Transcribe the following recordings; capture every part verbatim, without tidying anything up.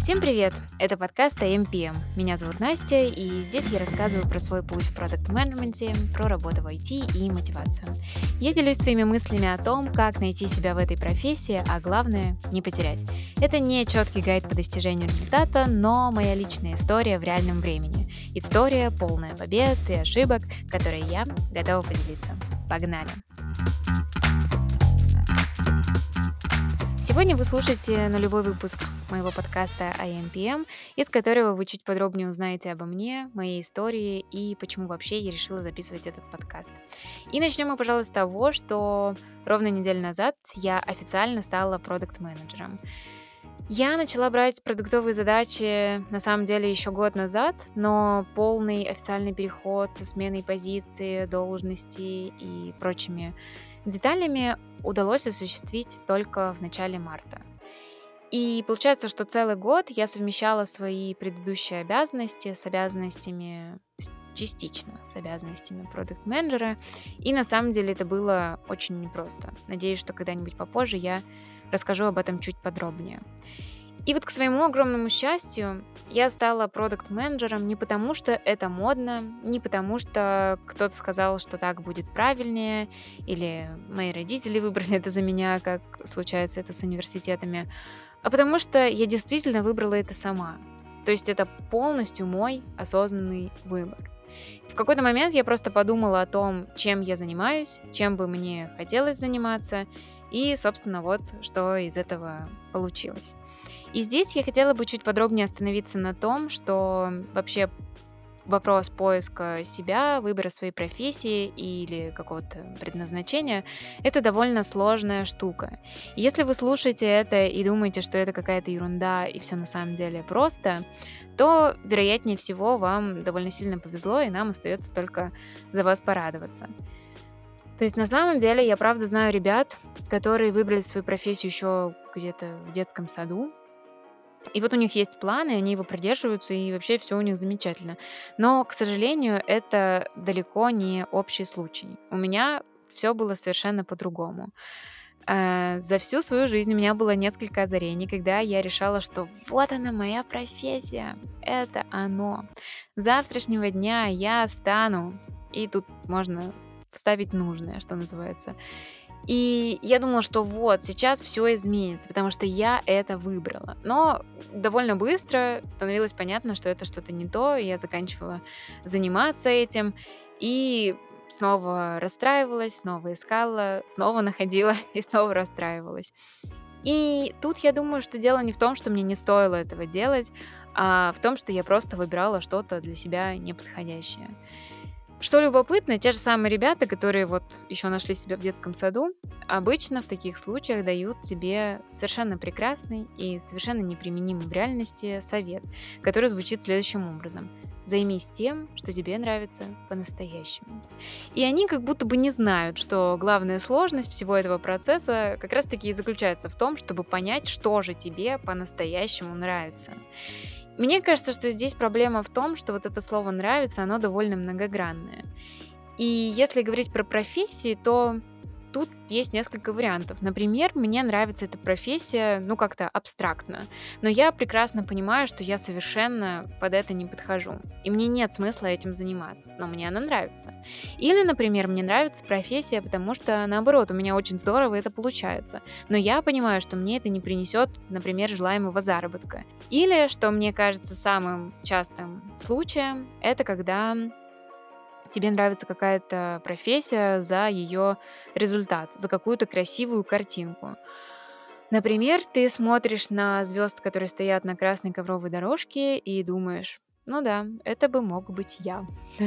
Всем привет! Это подкаст эй эм пи эм. Меня зовут Настя, и здесь я рассказываю про свой путь в продакт-менеджменте, про работу в ай ти и мотивацию. Я делюсь своими мыслями о том, как найти себя в этой профессии, а главное — не потерять. Это не четкий гайд по достижению результата, но моя личная история в реальном времени. История, полная побед и ошибок, которые я готова поделиться. Погнали! Сегодня вы слушаете нулевой выпуск моего подкаста эй эм пи эм, из которого вы чуть подробнее узнаете обо мне, моей истории и почему вообще я решила записывать этот подкаст. И начнем мы, пожалуй, с того, что ровно неделю назад я официально стала продакт-менеджером. Я начала брать продуктовые задачи, на самом деле, еще год назад, но полный официальный переход со сменой позиции, должности и прочими деталями удалось осуществить только в начале марта. И получается, что целый год я совмещала свои предыдущие обязанности с обязанностями, с- частично с обязанностями продакт-менеджера, и на самом деле это было очень непросто. Надеюсь, что когда-нибудь попозже я расскажу об этом чуть подробнее. И вот к своему огромному счастью, я стала продакт-менеджером не потому, что это модно, не потому, что кто-то сказал, что так будет правильнее, или мои родители выбрали это за меня, как случается это с университетами, а потому что я действительно выбрала это сама. То есть это полностью мой осознанный выбор. В какой-то момент я просто подумала о том, чем я занимаюсь, чем бы мне хотелось заниматься, и, собственно, вот что из этого получилось. И здесь я хотела бы чуть подробнее остановиться на том, что вообще вопрос поиска себя, выбора своей профессии или какого-то предназначения — это довольно сложная штука. И если вы слушаете это и думаете, что это какая-то ерунда и все на самом деле просто, то, вероятнее всего, вам довольно сильно повезло, и нам остается только за вас порадоваться. То есть на самом деле я правда знаю ребят, которые выбрали свою профессию еще где-то в детском саду, и вот у них есть планы, они его придерживаются, и вообще все у них замечательно. Но, к сожалению, это далеко не общий случай. У меня все было совершенно по-другому. Э, За всю свою жизнь у меня было несколько озарений, когда я решала, что вот она моя профессия, это оно. С завтрашнего дня я стану, и тут можно вставить нужное, что называется. И я думала, что вот, сейчас все изменится, потому что я это выбрала. Но довольно быстро становилось понятно, что это что-то не то, и я заканчивала заниматься этим, и снова расстраивалась, снова искала, снова находила и снова расстраивалась. И тут я думаю, что дело не в том, что мне не стоило этого делать, а в том, что я просто выбирала что-то для себя неподходящее. Что любопытно, те же самые ребята, которые вот еще нашли себя в детском саду, обычно в таких случаях дают тебе совершенно прекрасный и совершенно неприменимый в реальности совет, который звучит следующим образом: займись тем, что тебе нравится по-настоящему. И они как будто бы не знают, что главная сложность всего этого процесса как раз-таки и заключается в том, чтобы понять, что же тебе по-настоящему нравится. Мне кажется, что здесь проблема в том, что вот это слово «нравится», оно довольно многогранное. И если говорить про профессии, то тут есть несколько вариантов. Например, мне нравится эта профессия, ну, как-то абстрактно, но я прекрасно понимаю, что я совершенно под это не подхожу, и мне нет смысла этим заниматься, но мне она нравится. Или, например, мне нравится профессия, потому что, наоборот, у меня очень здорово это получается, но я понимаю, что мне это не принесет, например, желаемого заработка. Или, что мне кажется самым частым случаем, это когда тебе нравится какая-то профессия за ее результат, за какую-то красивую картинку. Например, ты смотришь на звезд, которые стоят на красной ковровой дорожке, и думаешь: ну да, это бы мог быть я.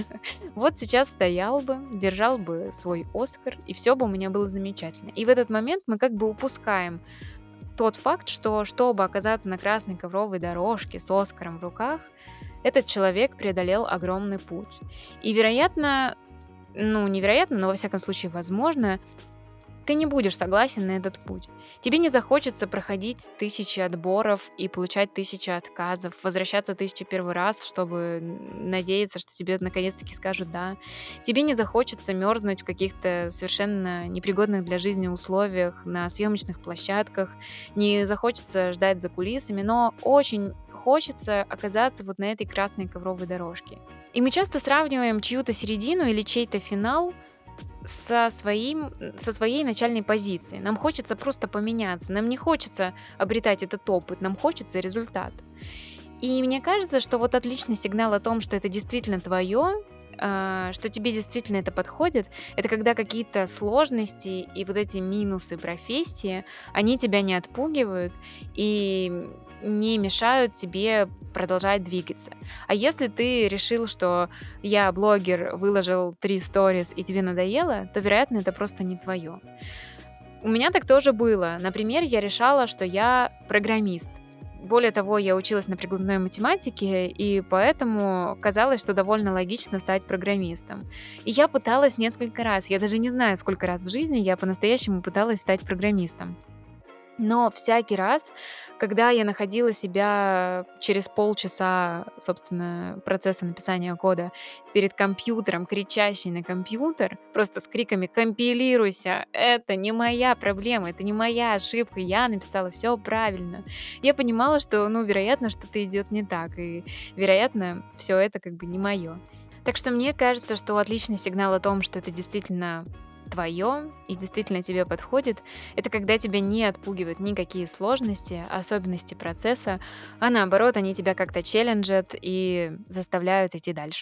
Вот сейчас стоял бы, держал бы свой Оскар, и все бы у меня было замечательно. И в этот момент мы как бы упускаем тот факт, что чтобы оказаться на красной ковровой дорожке с Оскаром в руках, этот человек преодолел огромный путь. И, вероятно, ну, невероятно, но во всяком случае возможно, ты не будешь согласен на этот путь. Тебе не захочется проходить тысячи отборов и получать тысячи отказов, возвращаться тысячу первый раз, чтобы надеяться, что тебе наконец-таки скажут «да». Тебе не захочется мерзнуть в каких-то совершенно непригодных для жизни условиях на съемочных площадках, не захочется ждать за кулисами, но очень хочется оказаться вот на этой красной ковровой дорожке. И мы часто сравниваем чью-то середину или чей-то финал со, своим, со своей начальной позиции. Нам хочется просто поменяться, нам не хочется обретать этот опыт, нам хочется результат. И мне кажется, что вот отличный сигнал о том, что это действительно твое, а, что тебе действительно это подходит, это когда какие-то сложности и вот эти минусы профессии, они тебя не отпугивают и не мешают тебе продолжать двигаться. А если ты решил, что я блогер, выложил три сторис и тебе надоело, то, вероятно, это просто не твое. У меня так тоже было. Например, я решала, что я программист. Более того, я училась на прикладной математике, и поэтому казалось, что довольно логично стать программистом. И я пыталась несколько раз, я даже не знаю, сколько раз в жизни я по-настоящему пыталась стать программистом. Но всякий раз, когда я находила себя через полчаса, собственно, процесса написания кода перед компьютером, кричащей на компьютер, просто с криками «Компилируйся! Это не моя проблема, это не моя ошибка, я написала все правильно». Я понимала, что, ну, вероятно, что-то идет не так, и, вероятно, все это как бы не мое. Так что мне кажется, что отличный сигнал о том, что это действительно твое и действительно тебе подходит, это когда тебя не отпугивают никакие сложности, особенности процесса, а наоборот, они тебя как-то челленджат и заставляют идти дальше.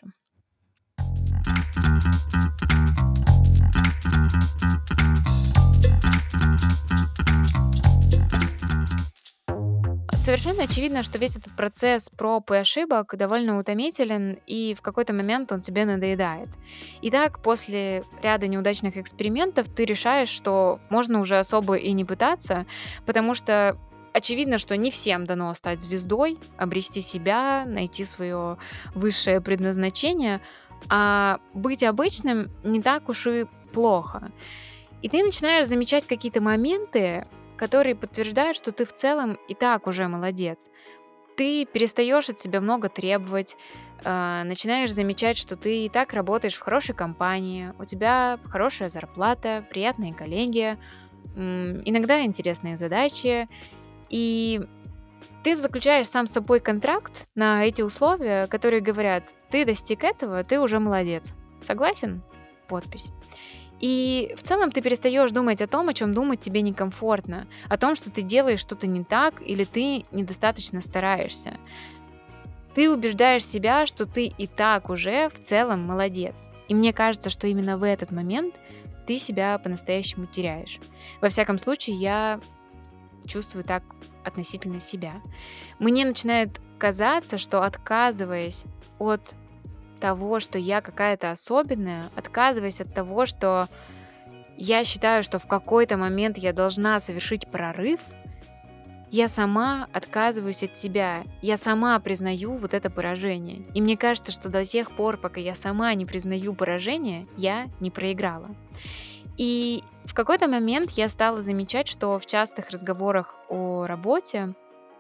Совершенно очевидно, что весь этот процесс проб и ошибок довольно утомителен, и в какой-то момент он тебе надоедает. Итак, после ряда неудачных экспериментов ты решаешь, что можно уже особо и не пытаться, потому что очевидно, что не всем дано стать звездой, обрести себя, найти свое высшее предназначение, а быть обычным не так уж и плохо. И ты начинаешь замечать какие-то моменты, которые подтверждают, что ты в целом и так уже молодец. Ты перестаешь от себя много требовать, а, начинаешь замечать, что ты и так работаешь в хорошей компании, у тебя хорошая зарплата, приятные коллеги, м, иногда интересные задачи, и ты заключаешь сам с собой контракт на эти условия, которые говорят, ты достиг этого, ты уже молодец. Согласен? Подпись. И в целом ты перестаешь думать о том, о чем думать тебе некомфортно, о том, что ты делаешь что-то не так или ты недостаточно стараешься. Ты убеждаешь себя, что ты и так уже в целом молодец. И мне кажется, что именно в этот момент ты себя по-настоящему теряешь. Во всяком случае, я чувствую так относительно себя. Мне начинает казаться, что отказываясь от того, что я какая-то особенная, отказываясь от того, что я считаю, что в какой-то момент я должна совершить прорыв, я сама отказываюсь от себя, я сама признаю вот это поражение. И мне кажется, что до тех пор, пока я сама не признаю поражение, я не проиграла. И в какой-то момент я стала замечать, что в частых разговорах о работе,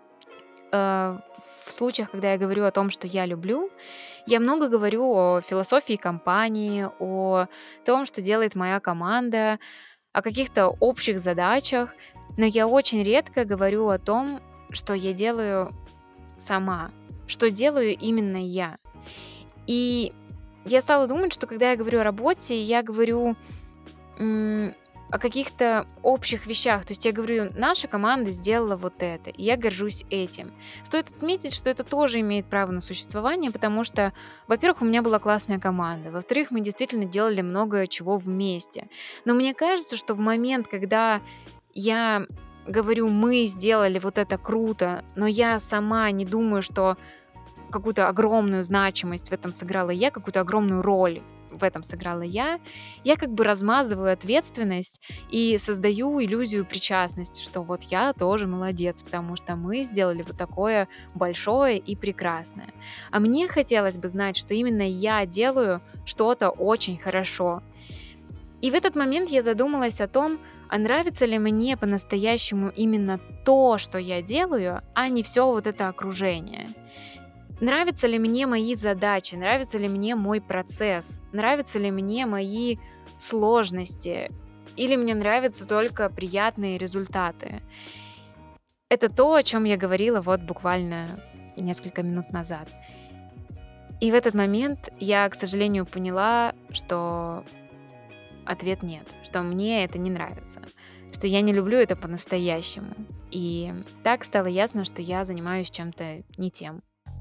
э, в случаях, когда я говорю о том, что я люблю, я много говорю о философии компании, о том, что делает моя команда, о каких-то общих задачах, но я очень редко говорю о том, что я делаю сама, что делаю именно я. И я стала думать, что когда я говорю о работе, я говорю м, о каких-то общих вещах. То есть я говорю, наша команда сделала вот это, и я горжусь этим. Стоит отметить, что это тоже имеет право на существование, потому что, во-первых, у меня была классная команда, во-вторых, мы действительно делали много чего вместе. Но мне кажется, что в момент, когда я говорю, мы сделали вот это круто, но я сама не думаю, что какую-то огромную значимость в этом сыграла я, какую-то огромную роль в этом сыграла я, я как бы размазываю ответственность и создаю иллюзию причастности, что вот я тоже молодец, потому что мы сделали вот такое большое и прекрасное. А мне хотелось бы знать, что именно я делаю что-то очень хорошо. И в этот момент я задумалась о том, а нравится ли мне по-настоящему именно то, что я делаю, а не все вот это окружение. Нравятся ли мне мои задачи, нравится ли мне мой процесс, нравятся ли мне мои сложности, или мне нравятся только приятные результаты. Это то, о чем я говорила вот буквально несколько минут назад. И в этот момент я, к сожалению, поняла, что ответ нет, что мне это не нравится, что я не люблю это по-настоящему. И так стало ясно, что я занимаюсь чем-то не тем.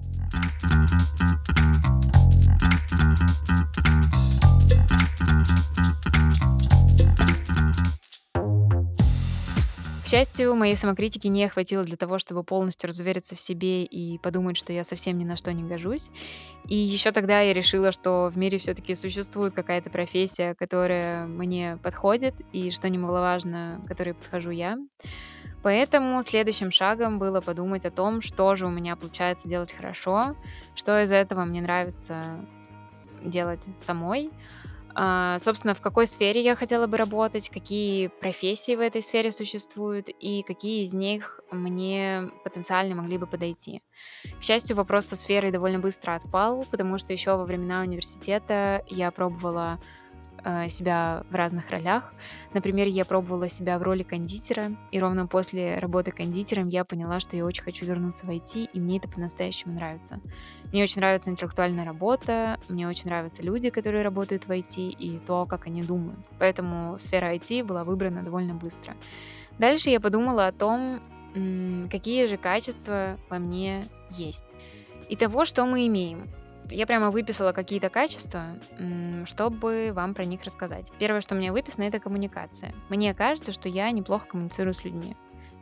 К счастью, моей самокритики не хватило для того, чтобы полностью разувериться в себе и подумать, что я совсем ни на что не гожусь. И еще тогда я решила, что в мире все-таки существует какая-то профессия, которая мне подходит, и, что немаловажно, которой подхожу я. Поэтому следующим шагом было подумать о том, что же у меня получается делать хорошо, что из этого мне нравится делать самой. А, собственно, в какой сфере я хотела бы работать, какие профессии в этой сфере существуют и какие из них мне потенциально могли бы подойти. К счастью, вопрос со сферой довольно быстро отпал, потому что еще во времена университета я пробовала э, себя в разных ролях. Например, я пробовала себя в роли кондитера, и ровно после работы кондитером я поняла, что я очень хочу вернуться в ай ти, и мне это по-настоящему нравится. Мне очень нравится интеллектуальная работа, мне очень нравятся люди, которые работают в ай ти, и то, как они думают. Поэтому сфера ай ти была выбрана довольно быстро. Дальше я подумала о том, м, какие же качества во мне есть. И того, что мы имеем. Я прямо выписала какие-то качества, м, чтобы вам про них рассказать. Первое, что у меня выписано, это коммуникация. Мне кажется, что я неплохо коммуницирую с людьми.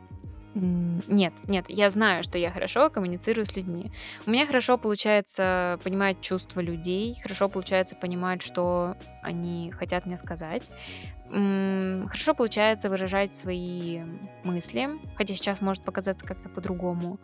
М, Нет, нет, я знаю, что я хорошо коммуницирую с людьми. У меня хорошо получается понимать чувства людей, хорошо получается понимать, что они хотят мне сказать. М, Хорошо получается выражать свои мысли, хотя сейчас может показаться как-то по-другому.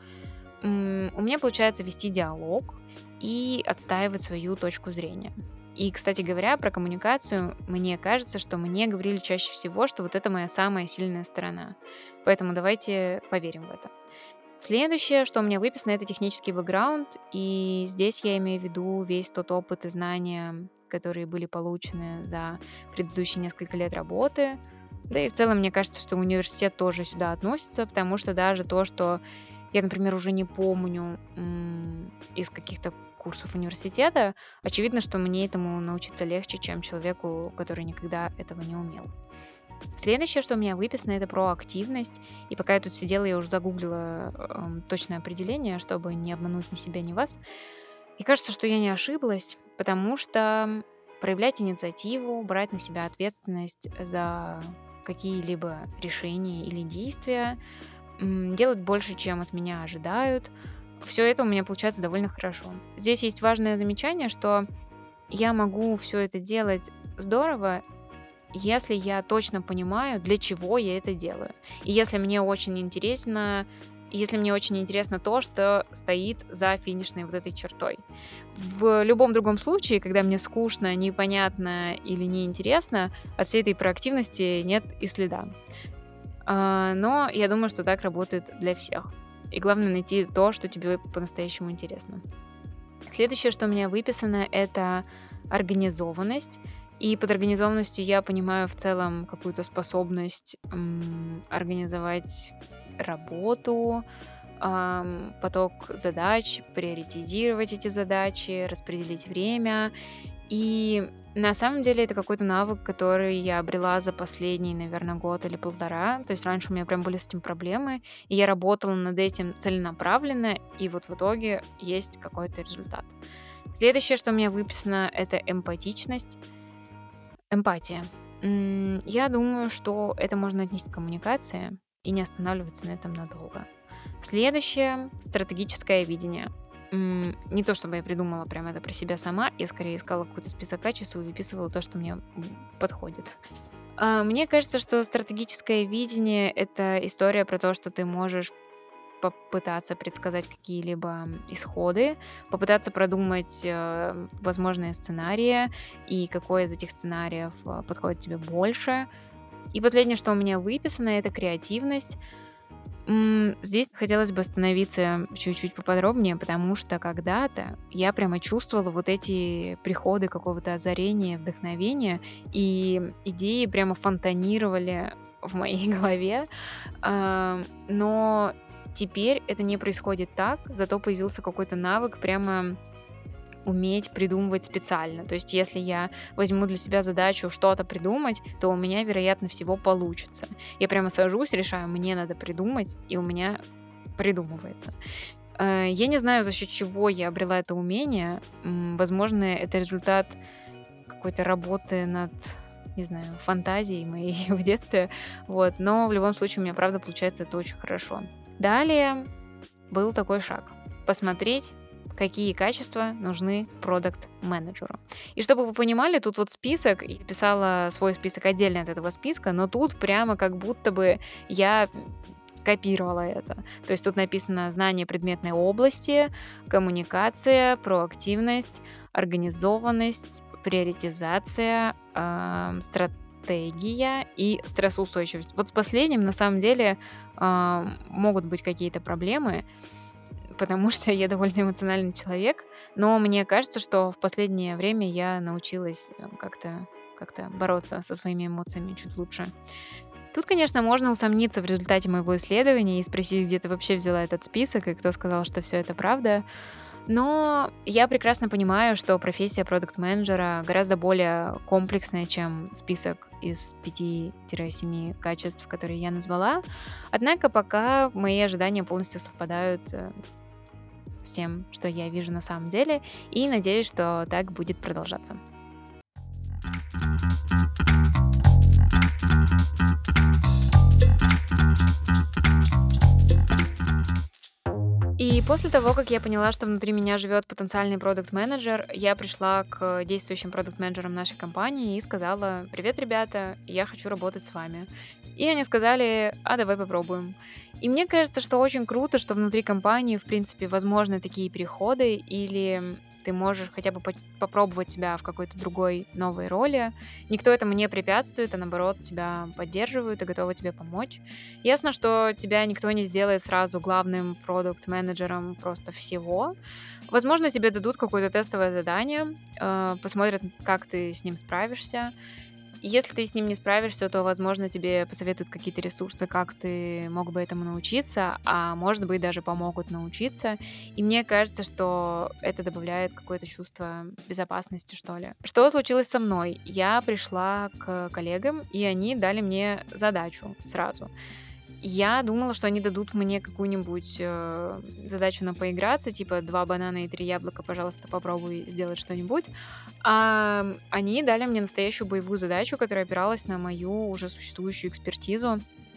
М, У меня получается вести диалог и отстаивать свою точку зрения. И, кстати говоря, про коммуникацию, мне кажется, что мне говорили чаще всего, что вот это моя самая сильная сторона. Поэтому давайте поверим в это. Следующее, что у меня выписано, это технический бэкграунд. И здесь я имею в виду весь тот опыт и знания, которые были получены за предыдущие несколько лет работы. Да и в целом, мне кажется, что университет тоже сюда относится, потому что даже то, что я, например, уже не помню м, из каких-то курсов университета, очевидно, что мне этому научиться легче, чем человеку, который никогда этого не умел. Следующее, что у меня выписано, это про активность. И пока я тут сидела, я уже загуглила эм, точное определение, чтобы не обмануть ни себя, ни вас. И кажется, что я не ошиблась, потому что проявлять инициативу, брать на себя ответственность за какие-либо решения или действия, м, делать больше, чем от меня ожидают. Все это у меня получается довольно хорошо. Здесь есть важное замечание, что я могу все это делать здорово, если я точно понимаю, для чего я это делаю. И если мне очень интересно, если мне очень интересно то, что стоит за финишной вот этой чертой. В любом другом случае, когда мне скучно, непонятно или неинтересно, от всей этой проактивности нет и следа. А, но я думаю, что так работает для всех. И главное найти то, что тебе по-настоящему интересно. Следующее, что у меня выписано, это организованность. И под организованностью я понимаю в целом какую-то способность м, организовать работу, ам, поток задач, приоритизировать эти задачи, распределить время. И на самом деле это какой-то навык, который я обрела за последний, наверное, год или полтора. То есть раньше у меня прям были с этим проблемы, и я работала над этим целенаправленно, и вот в итоге есть какой-то результат. Следующее, что у меня выписано, это эмпатичность. Эмпатия. М, Я думаю, что это можно отнести к коммуникации и не останавливаться на этом надолго. Следующее — стратегическое видение. М, Не то чтобы я придумала прям это про себя сама, я скорее искала какой-то список качеств и выписывала то, что мне м, подходит. А, Мне кажется, что стратегическое видение — это история про то, что ты можешь попытаться предсказать какие-либо исходы, попытаться продумать э, возможные сценарии и какой из этих сценариев э, подходит тебе больше. И последнее, что у меня выписано, это креативность. М, Здесь хотелось бы остановиться чуть-чуть поподробнее, потому что когда-то я прямо чувствовала вот эти приходы какого-то озарения, вдохновения, и идеи прямо фонтанировали в моей голове. А, Но Теперь это не происходит так, зато появился какой-то навык прямо уметь придумывать специально. То есть если я возьму для себя задачу что-то придумать, то у меня, вероятно всего, получится. Я прямо сажусь, решаю, мне надо придумать, и у меня придумывается. Э, Я не знаю, за счет чего я обрела это умение. М, Возможно, это результат какой-то работы над, не знаю, фантазией моей в детстве. Вот. Но в любом случае у меня, правда, получается это очень хорошо. Далее был такой шаг. Посмотреть, какие качества нужны продакт-менеджеру. И чтобы вы понимали, тут вот список, я писала свой список отдельно от этого списка, но тут прямо как будто бы я копировала это. То есть тут написано знание предметной области, коммуникация, проактивность, организованность, приоритизация, ам, стратегия и стрессоустойчивость. Вот с последним на самом деле ам, могут быть какие-то проблемы, потому что я довольно эмоциональный человек, но мне кажется, что в последнее время я научилась э, как-то как-то бороться со своими эмоциями чуть лучше. Тут, конечно, можно усомниться в результате моего исследования и спросить, где ты вообще взяла этот список и кто сказал, что все это правда. Но я прекрасно понимаю, что профессия продукт-менеджера гораздо более комплексная, чем список из пяти-семи качеств, которые я назвала. Однако пока мои ожидания полностью совпадают э, с тем, что я вижу на самом деле, и надеюсь, что так будет продолжаться. И после того, как я поняла, что внутри меня живет потенциальный продукт-менеджер, я пришла к действующим продукт-менеджерам нашей компании и сказала: «Привет, ребята, я хочу работать с вами». И они сказали: «А давай попробуем». И мне кажется, что очень круто, что внутри компании, в принципе, возможны такие переходы, или ты можешь хотя бы по- попробовать себя в какой-то другой новой роли. Никто этому не препятствует, а наоборот тебя поддерживают и готовы тебе помочь. Ясно, что тебя никто не сделает сразу главным продукт-менеджером просто всего. Возможно, тебе дадут какое-то тестовое задание, э, посмотрят, как ты с ним справишься. И если ты с ним не справишься, то, возможно, тебе посоветуют какие-то ресурсы, как ты мог бы этому научиться, а может быть, даже помогут научиться. И мне кажется, что это добавляет какое-то чувство безопасности, что ли. Что случилось со мной? Я пришла к коллегам, и они дали мне задачу сразу. Я думала, что они дадут мне какую-нибудь э, задачу на поиграться, типа два банана и три яблока, пожалуйста, попробуй сделать что-нибудь. А они дали мне настоящую боевую задачу, которая опиралась на мою уже существующую экспертизу.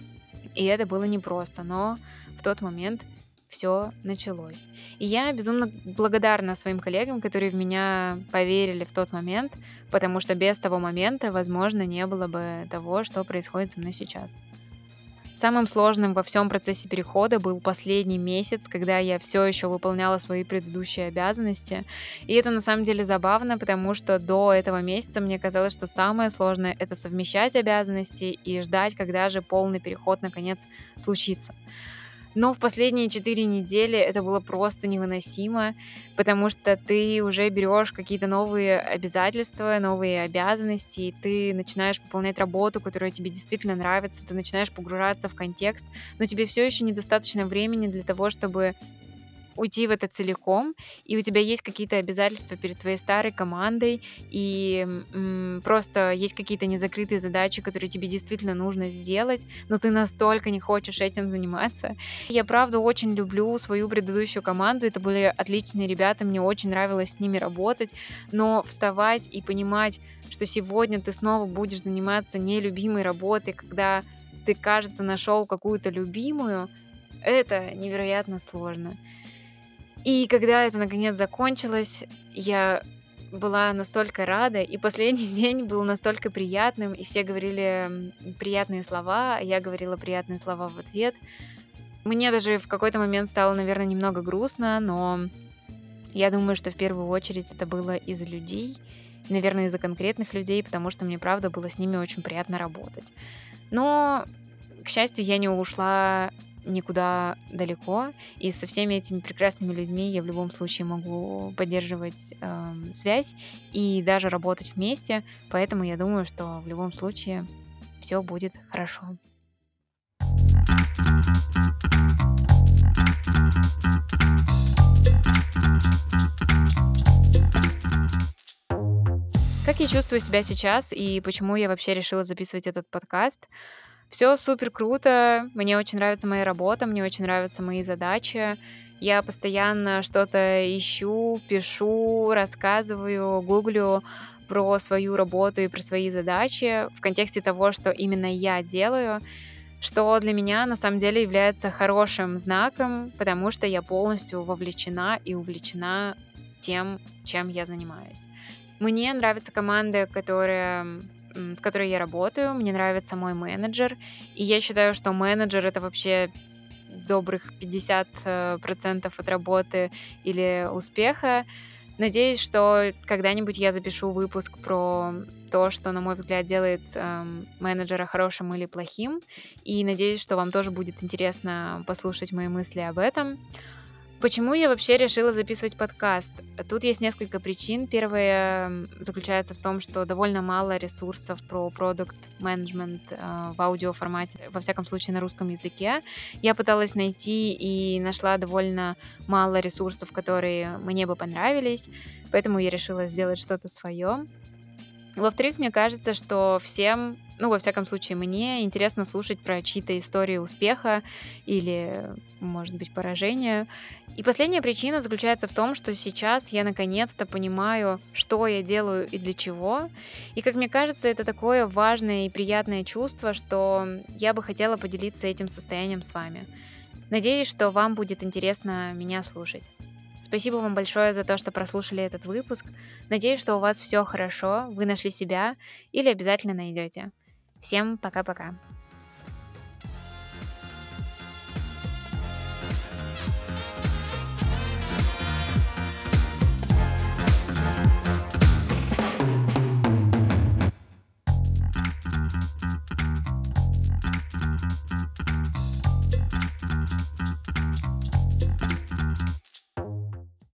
И это было непросто, но в тот момент все началось. И я безумно благодарна своим коллегам, которые в меня поверили в тот момент, потому что без того момента, возможно, не было бы того, что происходит со мной сейчас. Самым сложным во всем процессе перехода был последний месяц, когда я все еще выполняла свои предыдущие обязанности. И это на самом деле забавно, потому что до этого месяца мне казалось, что самое сложное — это совмещать обязанности и ждать, когда же полный переход наконец случится. Но в последние четыре недели это было просто невыносимо, потому что ты уже берешь какие-то новые обязательства, новые обязанности, и ты начинаешь выполнять работу, которая тебе действительно нравится, ты начинаешь погружаться в контекст, но тебе все еще недостаточно времени для того, чтобы уйти в это целиком, и у тебя есть какие-то обязательства перед твоей старой командой, и м, просто есть какие-то незакрытые задачи, которые тебе действительно нужно сделать, но ты настолько не хочешь этим заниматься. Я, правда, очень люблю свою предыдущую команду, это были отличные ребята, мне очень нравилось с ними работать, но вставать и понимать, что сегодня ты снова будешь заниматься нелюбимой работой, когда ты, кажется, нашел какую-то любимую, это невероятно сложно. И когда это наконец закончилось, я была настолько рада, и последний день был настолько приятным, и все говорили м, приятные слова, а я говорила приятные слова в ответ. Мне даже в какой-то момент стало, наверное, немного грустно, но я думаю, что в первую очередь это было из-за людей, наверное, из-за конкретных людей, потому что мне, правда, было с ними очень приятно работать. Но, к счастью, я не ушла никуда далеко, и со всеми этими прекрасными людьми я в любом случае могу поддерживать эм, связь и даже работать вместе, поэтому я думаю, что в любом случае все будет хорошо. Как я чувствую себя сейчас и почему я вообще решила записывать этот подкаст? Все супер круто, мне очень нравится моя работа, мне очень нравятся мои задачи. Я постоянно что-то ищу, пишу, рассказываю, гуглю про свою работу и про свои задачи в контексте того, что именно я делаю, что для меня на самом деле является хорошим знаком, потому что я полностью вовлечена и увлечена тем, чем я занимаюсь. Мне нравятся команды, которые, м, с которой я работаю, мне нравится мой менеджер, и я считаю, что менеджер — это вообще добрых пятьдесят э, процентов от работы или успеха. Надеюсь, что когда-нибудь я запишу выпуск про то, что, на мой взгляд, делает эм, менеджера хорошим или плохим, и надеюсь, что вам тоже будет интересно послушать мои мысли об этом. Почему я вообще решила записывать подкаст? Тут есть несколько причин. Первая м, заключается в том, что довольно мало ресурсов про продукт менеджмент в аудиоформате, во всяком случае на русском языке. Я пыталась найти и нашла довольно мало ресурсов, которые мне бы понравились, поэтому я решила сделать что-то свое. Во-вторых, мне кажется, что всем, ну, во всяком случае, мне интересно слушать про чьи-то истории успеха или, может быть, поражения. И последняя причина заключается в том, что сейчас я наконец-то понимаю, что я делаю и для чего. И, как мне кажется, это такое важное и приятное чувство, что я бы хотела поделиться этим состоянием с вами. Надеюсь, что вам будет интересно меня слушать. Спасибо вам большое за то, что прослушали этот выпуск. Надеюсь, что у вас все хорошо, вы нашли себя или обязательно найдете. Всем пока-пока.